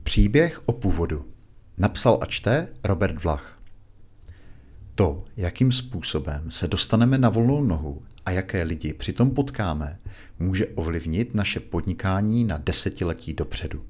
Příběh o původu. Napsal a čte Robert Vlach. To, jakým způsobem se dostaneme na volnou nohu a jaké lidi přitom potkáme, může ovlivnit naše podnikání na desetiletí dopředu.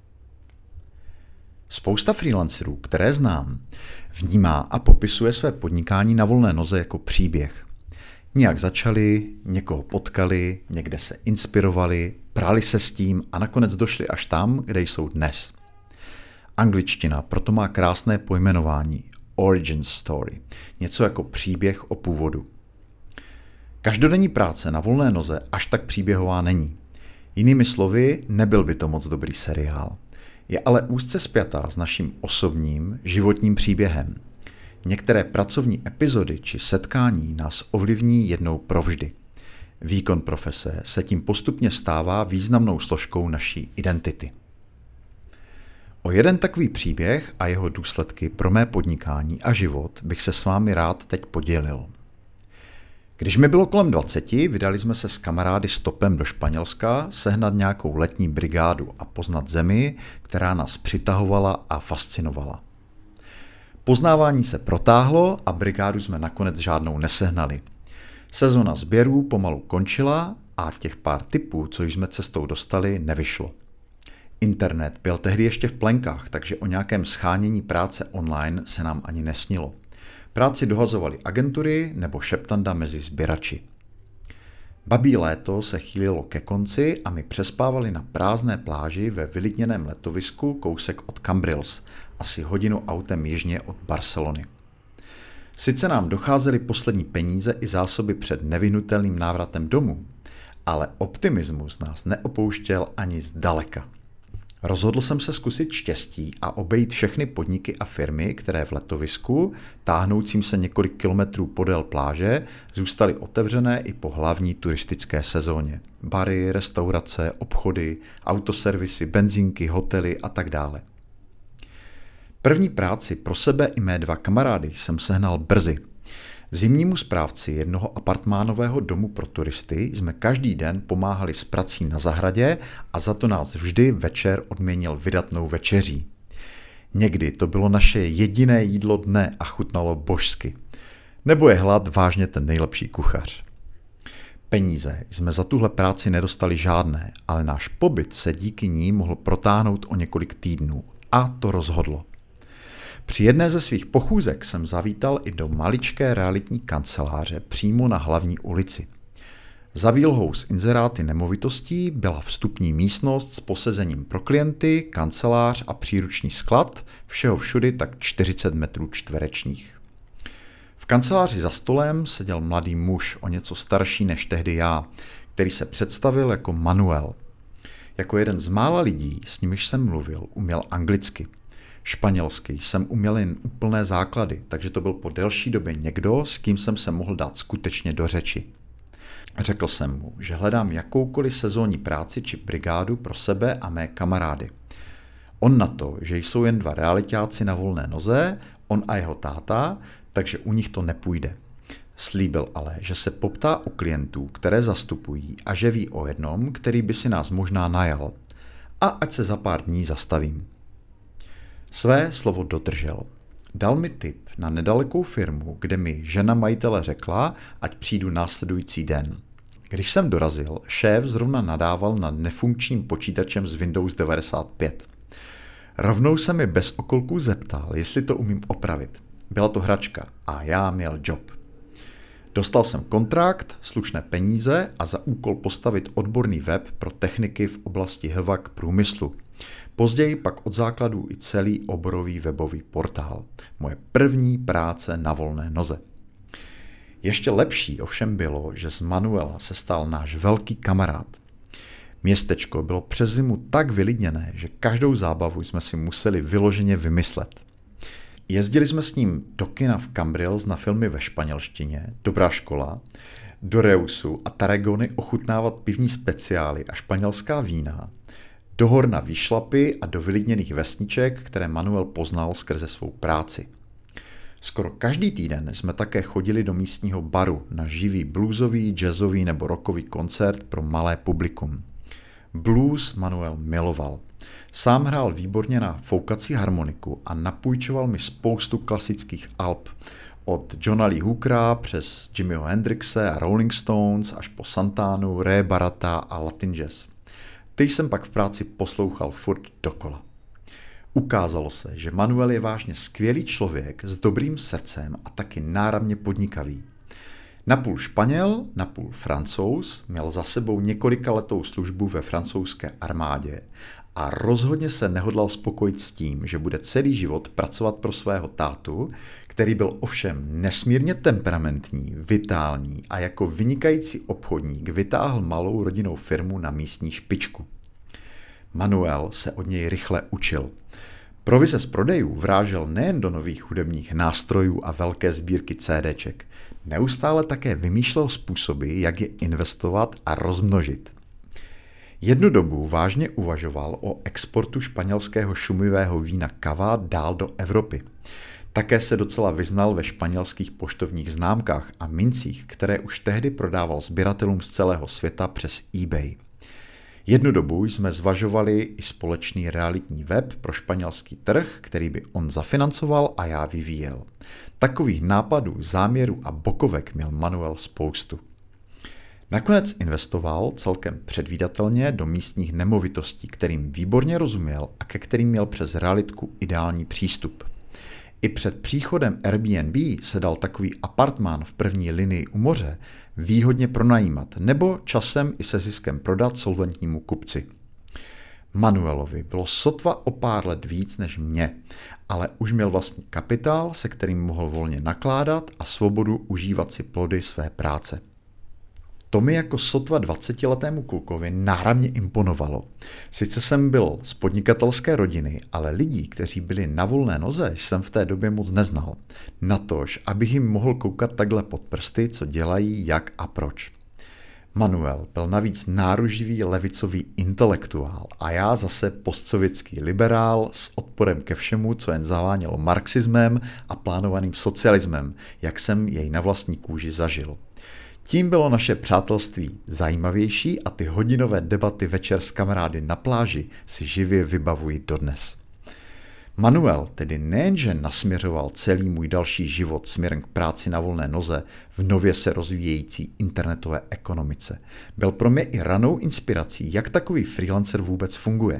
Spousta freelancerů, které znám, vnímá a popisuje své podnikání na volné noze jako příběh. Nějak začali, někoho potkali, někde se inspirovali, prali se s tím a nakonec došli až tam, kde jsou dnes. Angličtina proto má krásné pojmenování origin story, něco jako příběh o původu. Každodenní práce na volné noze až tak příběhová není. Jinými slovy, nebyl by to moc dobrý seriál. Je ale úzce spjatá s naším osobním, životním příběhem. Některé pracovní epizody či setkání nás ovlivní jednou provždy. Výkon profese se tím postupně stává významnou složkou naší identity. O jeden takový příběh a jeho důsledky pro mé podnikání a život bych se s vámi rád teď podělil. Když mi bylo kolem 20, vydali jsme se s kamarády stopem do Španělska sehnat nějakou letní brigádu a poznat zemi, která nás přitahovala a fascinovala. Poznávání se protáhlo a brigádu jsme nakonec žádnou nesehnali. Sezona sběrů pomalu končila a těch pár tipů, co jsme cestou dostali, nevyšlo. Internet byl tehdy ještě v plenkách, takže o nějakém shánění práce online se nám ani nesnilo. Práci dohazovaly agentury nebo šeptanda mezi sběrači. Babí léto se chýlilo ke konci a my přespávali na prázdné pláži ve vylidněném letovisku kousek od Cambrils, asi hodinu autem jižně od Barcelony. Sice nám docházely poslední peníze i zásoby před nevyhnutelným návratem domů, ale optimismus nás neopouštěl ani zdaleka. Rozhodl jsem se zkusit štěstí a obejít všechny podniky a firmy, které v letovisku, táhnoucím se několik kilometrů podél pláže, zůstaly otevřené i po hlavní turistické sezóně. Bary, restaurace, obchody, autoservisy, benzínky, hotely a tak dále. První práci pro sebe i mé dva kamarády jsem sehnal brzy. Zimnímu správci jednoho apartmánového domu pro turisty jsme každý den pomáhali s prací na zahradě a za to nás vždy večer odměnil vydatnou večeří. Někdy to bylo naše jediné jídlo dne a chutnalo božsky. Nebo je hlad vážně ten nejlepší kuchař. Peníze jsme za tuhle práci nedostali žádné, ale náš pobyt se díky ní mohl protáhnout o několik týdnů a to rozhodlo. Při jedné ze svých pochůzek jsem zavítal i do maličké realitní kanceláře přímo na hlavní ulici. Za výlohou s inzeráty nemovitostí byla vstupní místnost s posezením pro klienty, kancelář a příruční sklad, všeho všudy tak 40 metrů čtverečních. V kanceláři za stolem seděl mladý muž, o něco starší než tehdy já, který se představil jako Manuel. Jako jeden z mála lidí, s nimiž jsem mluvil, uměl anglicky. Španělsky jsem uměl jen úplné základy, takže to byl po delší době někdo, s kým jsem se mohl dát skutečně do řeči. Řekl jsem mu, že hledám jakoukoliv sezónní práci či brigádu pro sebe a mé kamarády. On na to, že jsou jen dva realitáci na volné noze, on a jeho táta, takže u nich to nepůjde. Slíbil ale, že se poptá u klientů, které zastupují a že ví o jednom, který by si nás možná najal. A ať se za pár dní zastavím. Své slovo dodržel. Dal mi tip na nedalekou firmu, kde mi žena majitele řekla, ať přijdu následující den. Když jsem dorazil, šéf zrovna nadával nad nefunkčním počítačem z Windows 95. Rovnou se mi bez okolků zeptal, jestli to umím opravit. Byla to hračka a já měl job. Dostal jsem kontrakt, slušné peníze a za úkol postavit odborný web pro techniky v oblasti HVAC průmyslu. Později pak od základů i celý oborový webový portál. Moje první práce na volné noze. Ještě lepší ovšem bylo, že z Manuela se stal náš velký kamarád. Městečko bylo přes zimu tak vylidněné, že každou zábavu jsme si museli vyloženě vymyslet. Jezdili jsme s ním do kina v Cambrils na filmy ve španělštině, Dobrá škola, do Reusu a Tarragony ochutnávat pivní speciály a španělská vína, do hor na výšlapy a do vylidněných vesniček, které Manuel poznal skrze svou práci. Skoro každý týden jsme také chodili do místního baru na živý bluesový, jazzový nebo rockový koncert pro malé publikum. Blues Manuel miloval. Sám hrál výborně na foukací harmoniku a napůjčoval mi spoustu klasických alb. Od Johna Lee Hookera přes Jimmyho Hendrixe a Rolling Stones až po Santanu, Ray Barretta a Latin Jazz. Ty jsem pak v práci poslouchal furt dokola. Ukázalo se, že Manuel je vážně skvělý člověk s dobrým srdcem a taky náramně podnikavý. Napůl Španěl, napůl Francouz, měl za sebou několikaletou službu ve francouzské armádě a rozhodně se nehodlal spokojit s tím, že bude celý život pracovat pro svého tátu, který byl ovšem nesmírně temperamentní, vitální a jako vynikající obchodník vytáhl malou rodinnou firmu na místní špičku. Manuel se od něj rychle učil. Provize z prodejů vrážel nejen do nových hudebních nástrojů a velké sbírky CDček, neustále také vymýšlel způsoby, jak je investovat a rozmnožit. Jednu dobu vážně uvažoval o exportu španělského šumivého vína Cava dál do Evropy. Také se docela vyznal ve španělských poštovních známkách a mincích, které už tehdy prodával sběratelům z celého světa přes eBay. Jednu dobu jsme zvažovali i společný realitní web pro španělský trh, který by on zafinancoval a já vyvíjel. Takových nápadů, záměrů a bokovek měl Manuel spoustu. Nakonec investoval celkem předvídatelně do místních nemovitostí, kterým výborně rozuměl a ke kterým měl přes realitku ideální přístup. I před příchodem Airbnb se dal takový apartmán v první linii u moře výhodně pronajímat nebo časem i se ziskem prodat solventnímu kupci. Manuelovi bylo sotva o pár let víc než mě, ale už měl vlastní kapitál, se kterým mohl volně nakládat a svobodu užívat si plody své práce. To mi jako sotva 20letému klukovi náramně imponovalo. Sice jsem byl z podnikatelské rodiny, ale lidí, kteří byli na volné noze, jsem v té době moc neznal. Natož, abych jim mohl koukat takhle pod prsty, co dělají, jak a proč. Manuel byl navíc náruživý levicový intelektuál a já zase postsovětský liberál s odporem ke všemu, co jen zavánělo marxismem a plánovaným socialismem, jak jsem jej na vlastní kůži zažil. Tím bylo naše přátelství zajímavější a ty hodinové debaty večer s kamarády na pláži si živě vybavuji dodnes. Manuel tedy nejenže nasměřoval celý můj další život směrem k práci na volné noze v nově se rozvíjející internetové ekonomice. Byl pro mě i ranou inspirací, jak takový freelancer vůbec funguje.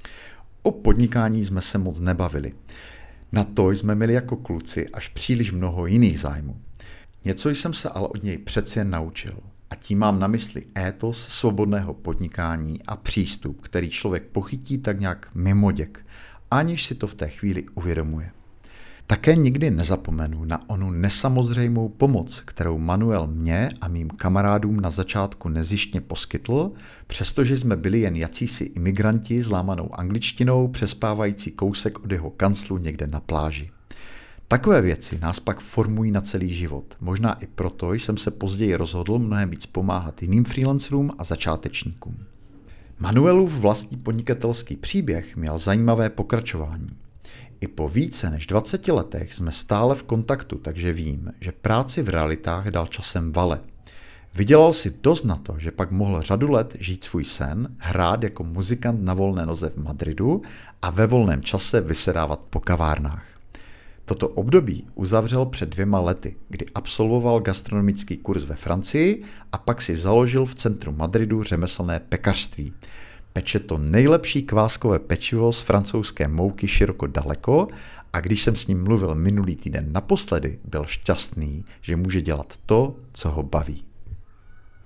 O podnikání jsme se moc nebavili. Na to jsme měli jako kluci až příliš mnoho jiných zájmů. Něco jsem se ale od něj přeci jen naučil. A tím mám na mysli étos svobodného podnikání a přístup, který člověk pochytí tak nějak mimoděk, aniž si to v té chvíli uvědomuje. Také nikdy nezapomenu na onu nesamozřejmou pomoc, kterou Manuel mě a mým kamarádům na začátku nezištně poskytl, přestože jsme byli jen jacísi imigranti s lámanou angličtinou, přespávající kousek od jeho kanclu někde na pláži. Takové věci nás pak formují na celý život. Možná i proto jsem se později rozhodl mnohem víc pomáhat jiným freelancerům a začátečníkům. Manuelův vlastní podnikatelský příběh měl zajímavé pokračování. I po více než 20 letech jsme stále v kontaktu, takže vím, že práci v realitách dal časem vale. Vydělal si dost na to, že pak mohl řadu let žít svůj sen, hrát jako muzikant na volné noze v Madridu a ve volném čase vysedávat po kavárnách. Toto období uzavřel před 2 lety, kdy absolvoval gastronomický kurz ve Francii a pak si založil v centru Madridu řemeslné pekařství. Peče to nejlepší kváskové pečivo z francouzské mouky široko daleko a když jsem s ním mluvil minulý týden naposledy, byl šťastný, že může dělat to, co ho baví.